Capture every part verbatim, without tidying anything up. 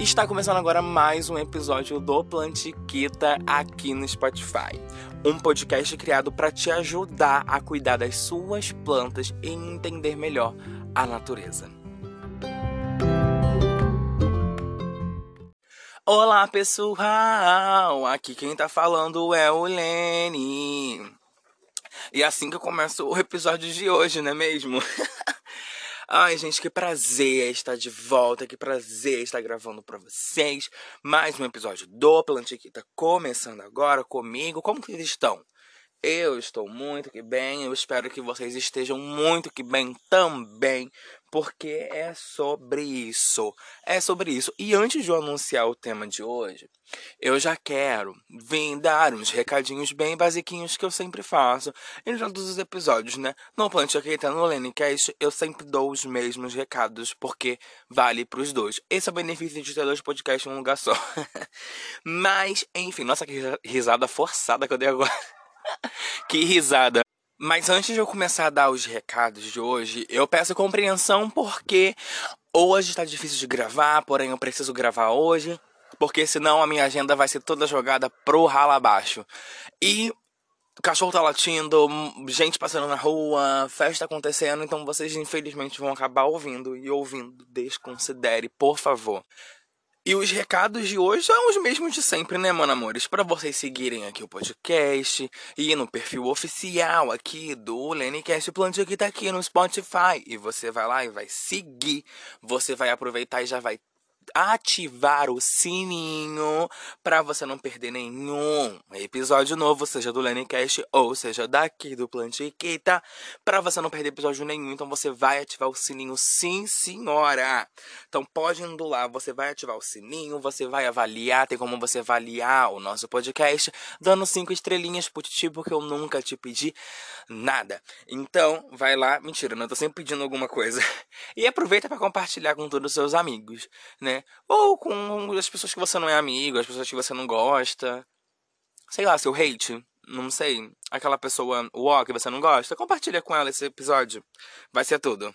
Está começando agora mais um episódio do Plantiquita aqui no Spotify. Um podcast criado para te ajudar a cuidar das suas plantas e entender melhor a natureza. Olá, pessoal! Aqui quem tá falando é o Lene. E assim que eu começo o episódio de hoje, não é mesmo? Ai, gente, que prazer estar de volta, que prazer estar gravando pra vocês. Mais um episódio do Plantiquita começando agora comigo. Como que vocês estão? Eu estou muito que bem, eu espero que vocês estejam muito que bem também, porque é sobre isso, é sobre isso. E antes de eu anunciar o tema de hoje, eu já quero vir dar uns recadinhos bem basiquinhos que eu sempre faço em todos os episódios, né? No Plantiquita, no Lenecast, eu sempre dou os mesmos recados, porque vale pros dois. Esse é o benefício de ter dois podcasts em um lugar só. Mas, enfim, nossa, que risada forçada que eu dei agora. Que risada. Mas antes de eu começar a dar os recados de hoje, eu peço compreensão porque hoje está difícil de gravar, porém eu preciso gravar hoje, porque senão a minha agenda vai ser toda jogada pro ralo abaixo. E o cachorro tá latindo, gente passando na rua, festa acontecendo, então vocês infelizmente vão acabar ouvindo e ouvindo. Desconsidere, por favor. E os recados de hoje são os mesmos de sempre, né, mano, amores? Para vocês seguirem aqui o podcast e no perfil oficial aqui do Lenecast Plantiquita aqui no Spotify. E você vai lá e vai seguir, você vai aproveitar e já vai ativar o sininho para você não perder nenhum episódio novo, seja do Lenecast ou seja daqui do Plantiquita, para você não perder episódio nenhum. Então você vai ativar o sininho, sim senhora. Então pode indo lá, você vai ativar o sininho, você vai avaliar, tem como você avaliar o nosso podcast dando cinco estrelinhas pro Titi, porque eu nunca te pedi nada. Então vai lá, mentira, não tô sempre pedindo alguma coisa. E aproveita para compartilhar com todos os seus amigos, né? Ou com as pessoas que você não é amigo, as pessoas que você não gosta. Sei lá, seu hate, não sei. Aquela pessoa, uó, que você não gosta. Compartilha com ela esse episódio. Vai ser tudo.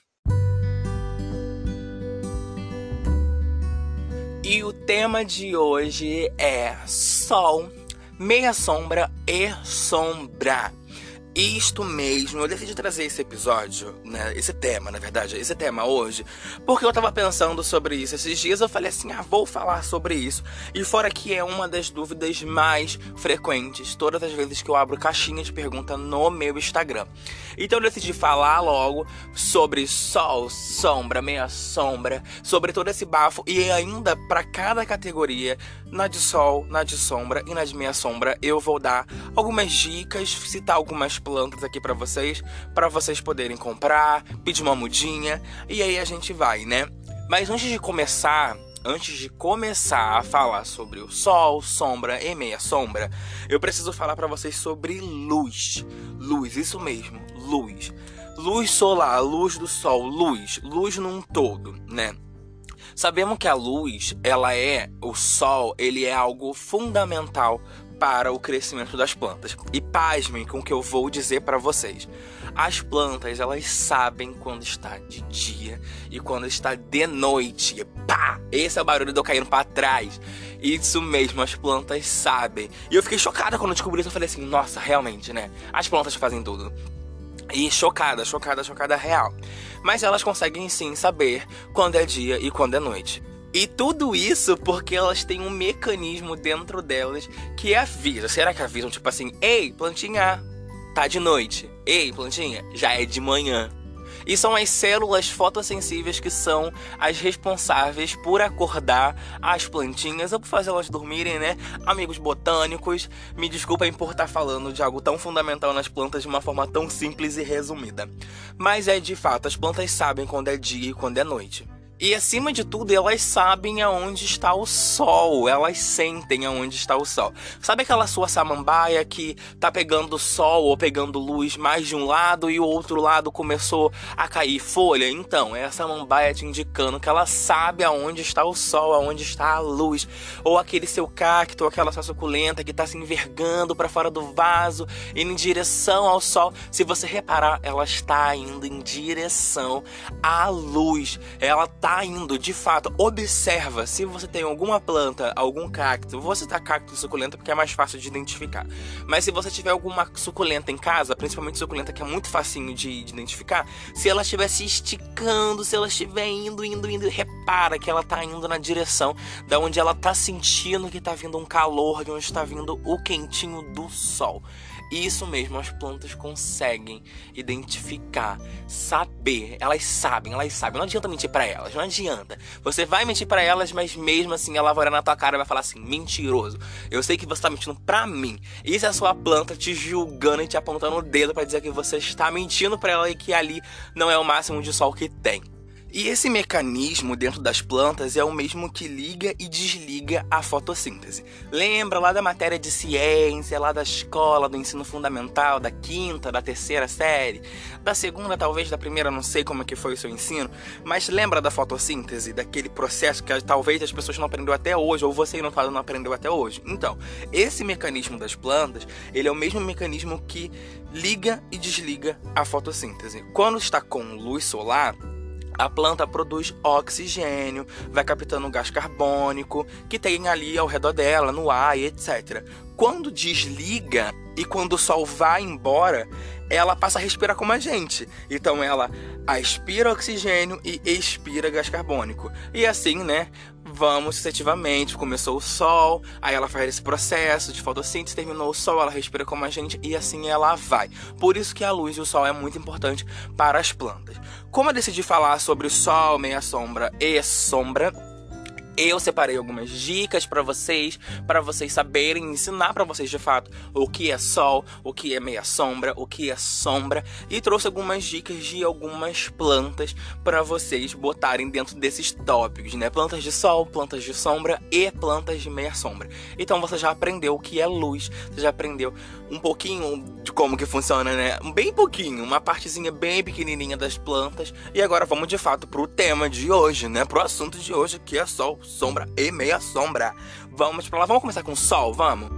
E o tema de hoje é sol, meia sombra e sombra. Isto mesmo, eu decidi trazer esse episódio, né, esse tema, na verdade, esse tema hoje, porque eu tava pensando sobre isso esses dias, eu falei assim, ah, vou falar sobre isso, e fora que é uma das dúvidas mais frequentes, todas as vezes que eu abro caixinha de pergunta no meu Instagram. Então eu decidi falar logo sobre sol, sombra, meia sombra, sobre todo esse bafo, e ainda para cada categoria, na de sol, na de sombra e na de meia sombra, eu vou dar algumas dicas, citar algumas plantas aqui pra vocês, pra vocês poderem comprar, pedir uma mudinha, e aí a gente vai, né? Mas antes de começar, antes de começar a falar sobre o sol, sombra e meia sombra, eu preciso falar pra vocês sobre luz. Luz, isso mesmo, luz. Luz solar, luz do sol, luz, luz num todo, né? Sabemos que a luz, ela é, o sol, ele é algo fundamental para o crescimento das plantas. E pasmem com o que eu vou dizer para vocês. As plantas, elas sabem quando está de dia e quando está de noite. Pá! Esse é o barulho de eu caindo para trás. Isso mesmo, as plantas sabem. E eu fiquei chocada quando eu descobri isso. Eu falei assim, nossa, realmente, né? As plantas fazem tudo. E chocada, chocada, chocada real. Mas elas conseguem sim saber quando é dia e quando é noite. E tudo isso porque elas têm um mecanismo dentro delas que avisa. Será que avisam tipo assim, ei, plantinha, tá de noite. Ei, plantinha, já é de manhã. E são as células fotossensíveis que são as responsáveis por acordar as plantinhas ou por fazer elas dormirem, né? Amigos botânicos, me desculpem por estar falando de algo tão fundamental nas plantas de uma forma tão simples e resumida. Mas é de fato, as plantas sabem quando é dia e quando é noite. E acima de tudo, elas sabem aonde está o sol, elas sentem aonde está o sol. Sabe aquela sua samambaia que tá pegando sol ou pegando luz mais de um lado e o outro lado começou a cair folha? Então, é a samambaia te indicando que ela sabe aonde está o sol, aonde está a luz. Ou aquele seu cacto, aquela sua suculenta que tá se envergando para fora do vaso, indo em direção ao sol. Se você reparar, ela está indo em direção à luz. Ela tá tá indo de fato. Observa se você tem alguma planta, algum cacto. Vou citar cacto e suculenta porque é mais fácil de identificar. Mas se você tiver alguma suculenta em casa, principalmente suculenta que é muito facinho de, de identificar, se ela estiver se esticando, se ela estiver indo, indo, indo, repara que ela tá indo na direção da onde ela tá sentindo que tá vindo um calor, de onde tá vindo o quentinho do sol. Isso mesmo, as plantas conseguem identificar, saber, elas sabem, elas sabem, não adianta mentir pra elas, não adianta. Você vai mentir pra elas, mas mesmo assim ela vai olhar na tua cara e vai falar assim, mentiroso, eu sei que você tá mentindo pra mim. Isso é a sua planta te julgando e te apontando o dedo pra dizer que você está mentindo pra ela e que ali não é o máximo de sol que tem. E esse mecanismo dentro das plantas é o mesmo que liga e desliga a fotossíntese. Lembra lá da matéria de ciência, lá da escola, do ensino fundamental, da quinta, da terceira série, da segunda, talvez, da primeira, não sei como é que foi o seu ensino, mas lembra da fotossíntese, daquele processo que talvez as pessoas não aprendeu até hoje, ou você não não aprendeu até hoje. Então, esse mecanismo das plantas, ele é o mesmo mecanismo que liga e desliga a fotossíntese. Quando está com luz solar, a planta produz oxigênio, vai captando gás carbônico que tem ali ao redor dela, no ar e etcétera. Quando desliga e quando o sol vai embora, ela passa a respirar como a gente. Então ela aspira oxigênio e expira gás carbônico. E assim, né, vamos sucessivamente. Começou o sol, aí ela faz esse processo de fotossíntese, terminou o sol, ela respira como a gente e assim ela vai. Por isso que a luz e o sol é muito importante para as plantas. Como eu decidi falar sobre sol, meia sombra e sombra, eu separei algumas dicas para vocês, para vocês saberem, ensinar para vocês de fato o que é sol, o que é meia sombra, o que é sombra, e trouxe algumas dicas de algumas plantas para vocês botarem dentro desses tópicos, né? Plantas de sol, plantas de sombra e plantas de meia sombra. Então você já aprendeu o que é luz, você já aprendeu um pouquinho de como que funciona, né? Bem pouquinho, uma partezinha bem pequenininha das plantas. E agora vamos de fato pro tema de hoje, né? Pro assunto de hoje, que é sol, sombra e meia sombra. Vamos pra lá, vamos começar com sol, vamos?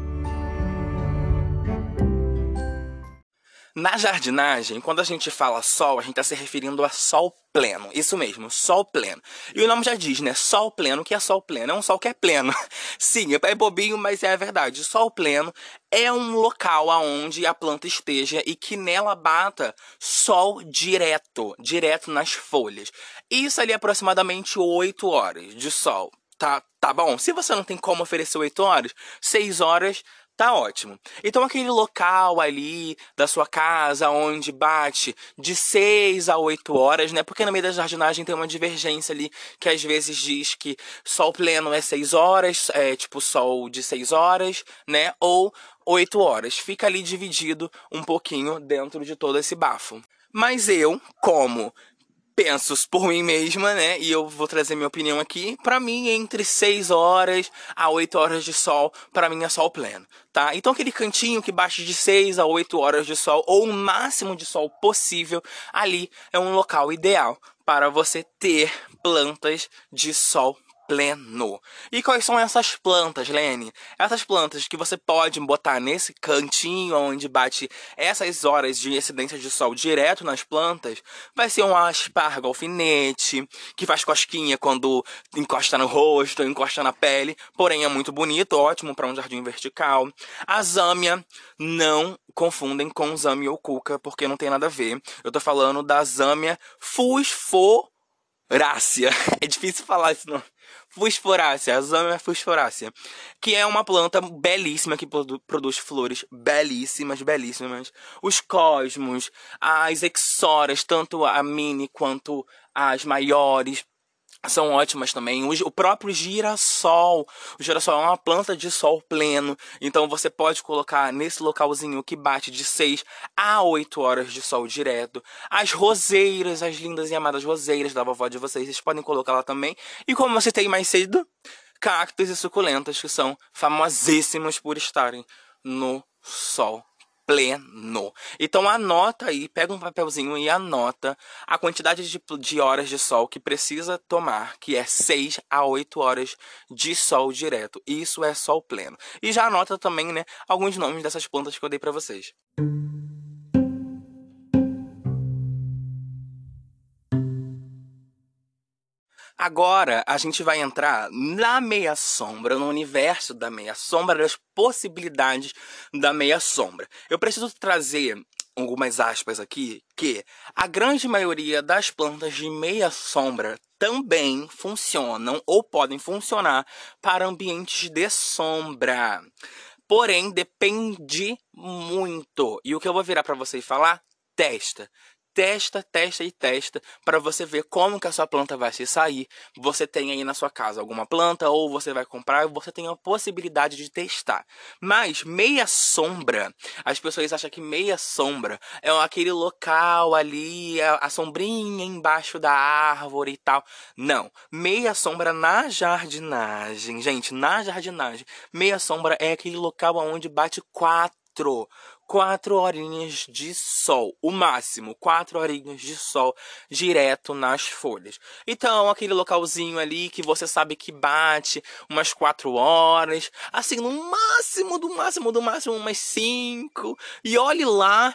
Na jardinagem, quando a gente fala sol, a gente está se referindo a sol pleno. Isso mesmo, sol pleno. E o nome já diz, né? Sol pleno. O que é sol pleno? É um sol que é pleno. Sim, é bobinho, mas é a verdade. Sol pleno é um local aonde a planta esteja e que nela bata sol direto, direto nas folhas. Isso ali é aproximadamente oito horas de sol. Tá, tá bom? Se você não tem como oferecer oito horas, seis horas tá ótimo. Então aquele local ali da sua casa onde bate de seis a oito horas, né? Porque no meio da jardinagem tem uma divergência ali que às vezes diz que sol pleno é seis horas, é tipo sol de seis horas, né? Ou oito horas. Fica ali dividido um pouquinho dentro de todo esse bafo. Mas eu, como penso por mim mesma, né? E eu vou trazer minha opinião aqui. Pra mim, entre seis horas a oito horas de sol, pra mim é sol pleno, tá? Então aquele cantinho que bate de seis a oito horas de sol, ou o máximo de sol possível, ali é um local ideal para você ter plantas de sol pleno. E quais são essas plantas, Lene? Essas plantas que você pode botar nesse cantinho onde bate essas horas de incidência de sol direto nas plantas, vai ser um aspargo alfinete, que faz cosquinha quando encosta no rosto, encosta na pele, porém é muito bonito, ótimo para um jardim vertical. A zâmia, não confundem com zâmia ou cuca, porque não tem nada a ver. Eu tô falando da zâmia fusforácea. É difícil falar isso, não. Fusforácea, a zâmia fusforácea, que é uma planta belíssima que produ produz flores belíssimas, belíssimas. Os cosmos, as exoras, tanto a mini quanto as maiores, são ótimas também. O próprio girassol. O girassol é uma planta de sol pleno. Então você pode colocar nesse localzinho que bate de seis a oito horas de sol direto. As roseiras, as lindas e amadas roseiras da vovó de vocês, vocês podem colocar lá também. E como eu citei mais cedo, cactos e suculentas, que são famosíssimos por estarem no sol pleno. Então anota aí, pega um papelzinho e anota a quantidade de, de horas de sol que precisa tomar, que é seis a oito horas de sol direto. Isso é sol pleno. E já anota também, né, alguns nomes dessas plantas que eu dei pra vocês. Agora a gente vai entrar na meia sombra, no universo da meia sombra, das possibilidades da meia sombra. Eu preciso trazer algumas aspas aqui, que a grande maioria das plantas de meia sombra também funcionam ou podem funcionar para ambientes de sombra. Porém, depende muito. E o que eu vou virar para você e falar, testa. Testa, testa e testa para você ver como que a sua planta vai se sair. Você tem aí na sua casa alguma planta ou você vai comprar e você tem a possibilidade de testar. Mas meia sombra, as pessoas acham que meia sombra é aquele local ali, a sombrinha embaixo da árvore e tal. Não, meia sombra na jardinagem, gente, na jardinagem, meia sombra é aquele local onde bate quatro Quatro horinhas de sol, o máximo, quatro horinhas de sol direto nas folhas. Então, aquele localzinho ali que você sabe que bate umas quatro horas, assim, no máximo, do máximo, do máximo, umas cinco. E olhe lá,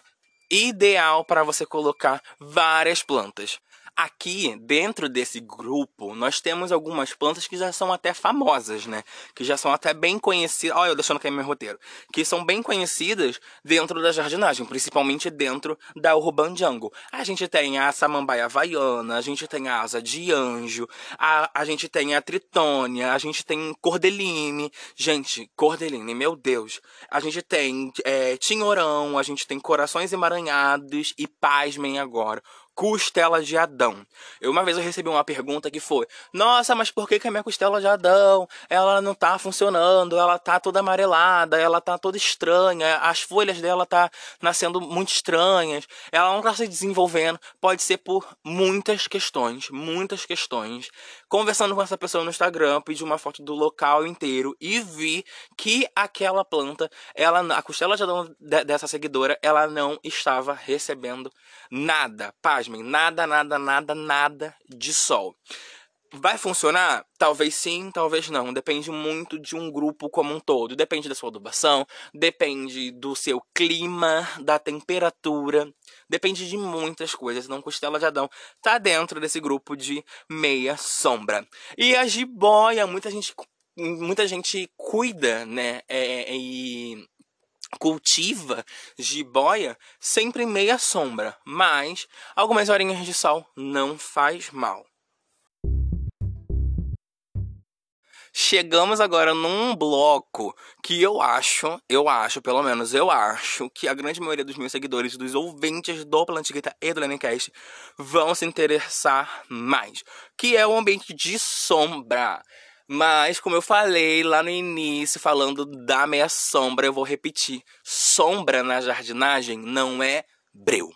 ideal para você colocar várias plantas. Aqui, dentro desse grupo, nós temos algumas plantas que já são até famosas, né? Que já são até bem conhecidas. Olha, eu deixando cair meu roteiro. Que são bem conhecidas dentro da jardinagem, principalmente dentro da Urban Jungle. A gente tem a samambaia havaiana, a gente tem a asa de anjo, a, a gente tem a tritônia, a gente tem cordeline. Gente, cordeline, meu Deus. A gente tem é, tinhorão, a gente tem corações emaranhados e, pasmem agora, costela de Adão. Eu uma vez eu recebi uma pergunta que foi: nossa, mas por que que a minha costela de Adão, ela não tá funcionando, ela tá toda amarelada, ela tá toda estranha, as folhas dela tá nascendo muito estranhas, ela não tá se desenvolvendo? Pode ser por muitas questões, muitas questões. Conversando com essa pessoa no Instagram, pedi uma foto do local inteiro e vi que aquela planta, ela, a costela de Adão dessa seguidora, ela não estava recebendo nada, pasmem, nada, nada, nada, nada de sol. Vai funcionar? Talvez sim, talvez não. Depende muito de um grupo como um todo. Depende da sua adubação, depende do seu clima, da temperatura, depende de muitas coisas. Então, costela de Adão tá dentro desse grupo de meia sombra. E a jiboia, muita gente, muita gente cuida, né? É, e cultiva jiboia sempre em meia sombra, mas algumas horinhas de sol não faz mal. Chegamos agora num bloco que eu acho, eu acho, pelo menos eu acho, que a grande maioria dos meus seguidores, dos ouvintes do Plantiguita e do Lenicast vão se interessar mais, que é o ambiente de sombra. Mas, como eu falei lá no início, falando da meia sombra, eu vou repetir. Sombra na jardinagem não é breu.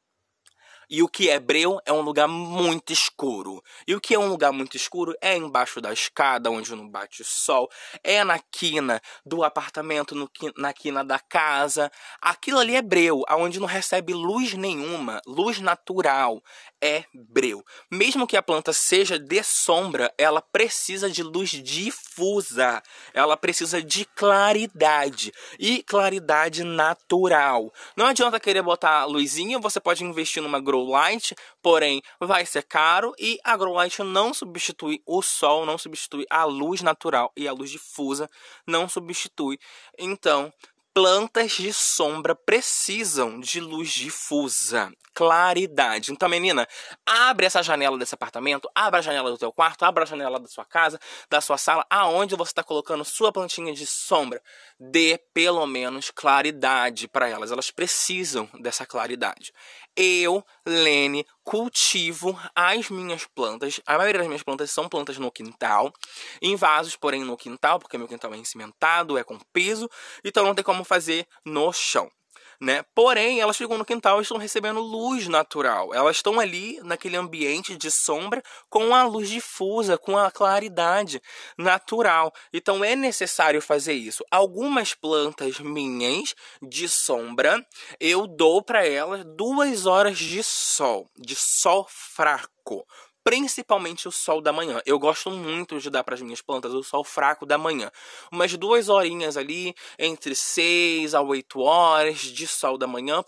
E o que é breu é um lugar muito escuro. E o que é um lugar muito escuro é embaixo da escada, onde não bate o sol. É na quina do apartamento, no, na quina da casa. Aquilo ali é breu, onde não recebe luz nenhuma, luz natural. É breu. Mesmo que a planta seja de sombra, ela precisa de luz difusa. Ela precisa de claridade. E claridade natural. Não adianta querer botar luzinha, você pode investir numa grow light, porém vai ser caro, e a grow light não substitui o sol, não substitui a luz natural, e a luz difusa não substitui. Então, plantas de sombra precisam de luz difusa, claridade. Então, menina, abre essa janela desse apartamento, abre a janela do teu quarto, abre a janela da sua casa, da sua sala, aonde você está colocando sua plantinha de sombra. Dê pelo menos claridade para elas. Elas precisam dessa claridade. Eu, Lene, cultivo as minhas plantas. A maioria das minhas plantas são plantas no quintal, em vasos, porém no quintal, porque meu quintal é encimentado, é com piso, então não tem como fazer no chão, né? Porém, elas ficam no quintal e estão recebendo luz natural. Elas estão ali naquele ambiente de sombra com a luz difusa, com a claridade natural. Então é necessário fazer isso. Algumas plantas minhas de sombra, eu dou para elas duas horas de sol, de sol fraco. Principalmente o sol da manhã. Eu gosto muito de dar para as minhas plantas o sol fraco da manhã. Umas duas horinhas ali, entre seis a oito horas de sol da manhã, porque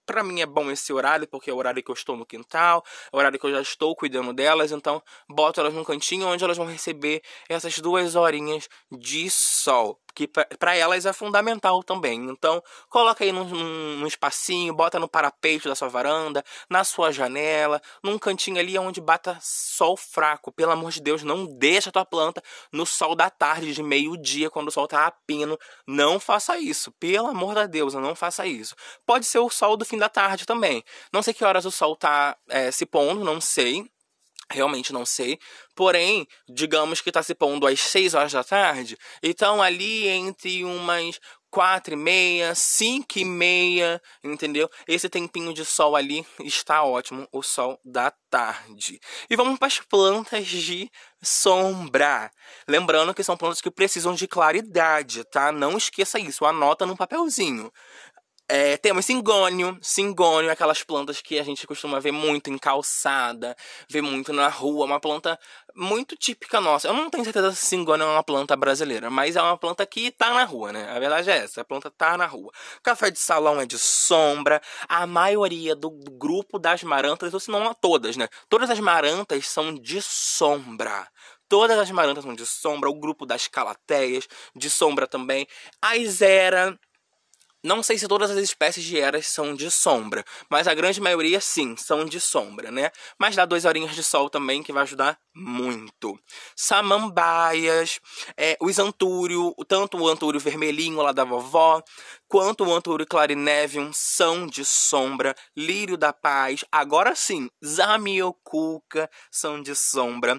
Pra mim é bom esse horário, porque é o horário que eu estou no quintal, é o horário que eu já estou cuidando delas, então boto elas num cantinho onde elas vão receber essas duas horinhas de sol, que para elas é fundamental também. Então, coloca aí num, num, num espacinho, bota no parapeito da sua varanda, na sua janela, num cantinho ali onde bata sol fraco. Pelo amor de Deus, não deixa a tua planta no sol da tarde, de meio-dia, quando o sol tá a pino. Não faça isso, pelo amor de Deus, não faça isso. Pode ser o sol do fim da tarde também. Não sei que horas o sol tá é, se pondo, não sei. Realmente não sei. Porém, digamos que tá se pondo às seis horas da tarde. Então, ali entre umas quatro e meia, cinco e meia, entendeu? Esse tempinho de sol ali está ótimo, o sol da tarde. E vamos para as plantas de sombra. Lembrando que são plantas que precisam de claridade, tá? Não esqueça isso, anota num papelzinho. É, temos cingônio, cingônio, aquelas plantas que a gente costuma ver muito em calçada, ver muito na rua, uma planta muito típica nossa. Eu não tenho certeza se cingônio é uma planta brasileira, mas é uma planta que tá na rua, né? A verdade é essa, a planta tá na rua. Café de salão é de sombra, a maioria do grupo das marantas, ou se não todas, né? Todas as marantas são de sombra. Todas as marantas são de sombra, o grupo das calateias, de sombra também. As era... Não sei se todas as espécies de eras são de sombra, mas a grande maioria sim, são de sombra, né? Mas dá duas horinhas de sol também, que vai ajudar muito. Samambaias, é, os antúrio, tanto o antúrio vermelhinho lá da vovó, quanto o antúrio clarinevium são de sombra. Lírio da paz, agora sim, zamioculca são de sombra.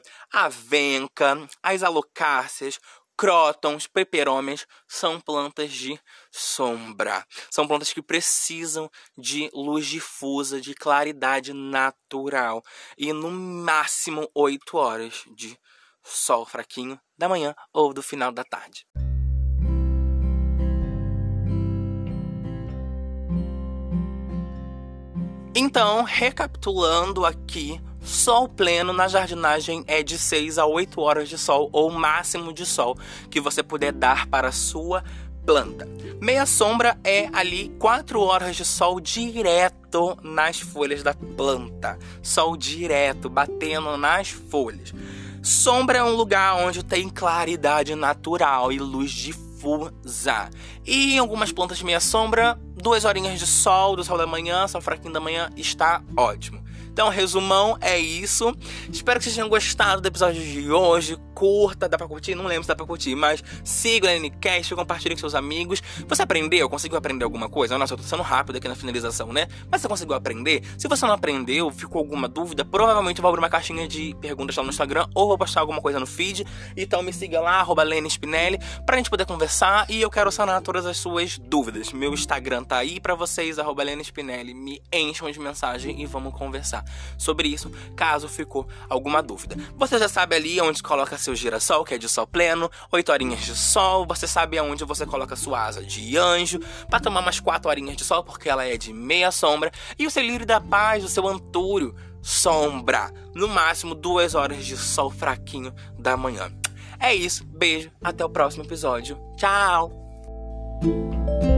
Avenca, as alocáceas, crótons, peperômias são plantas de sombra. São plantas que precisam de luz difusa, de claridade natural. E no máximo oito horas de sol fraquinho da manhã ou do final da tarde. Então, recapitulando aqui, sol pleno na jardinagem é de seis a oito horas de sol, ou máximo de sol que você puder dar para a sua planta. Meia sombra é ali quatro horas de sol direto nas folhas da planta. Sol direto, batendo nas folhas. Sombra é um lugar onde tem claridade natural e luz difusa. E em algumas plantas de meia sombra, duas horinhas de sol, do sol da manhã, sol fraquinho da manhã, está ótimo. Então, resumão, é isso. Espero que vocês tenham gostado do episódio de hoje. Curta, dá pra curtir? Não lembro se dá pra curtir, mas siga o N N Cast, compartilhe com seus amigos. Você aprendeu? Conseguiu aprender alguma coisa? Nossa, eu tô sendo rápido aqui na finalização, né? Mas você conseguiu aprender? Se você não aprendeu, ficou alguma dúvida, provavelmente eu vou abrir uma caixinha de perguntas lá no Instagram ou vou postar alguma coisa no feed. Então me siga lá, arroba Lene Spinelli, pra gente poder conversar e eu quero sanar todas as suas dúvidas. Meu Instagram tá aí pra vocês, arroba Lene Spinelli. Me encham de mensagem e vamos conversar sobre isso, caso ficou alguma dúvida. Você já sabe ali onde coloca seu girassol, que é de sol pleno, oito horinhas de sol. Você sabe aonde você coloca sua asa de anjo, para tomar umas quatro horinhas de sol, porque ela é de meia sombra. E o seu lírio da paz, o seu antúrio, sombra. No máximo duas horas de sol fraquinho da manhã. É isso, beijo, até o próximo episódio. Tchau!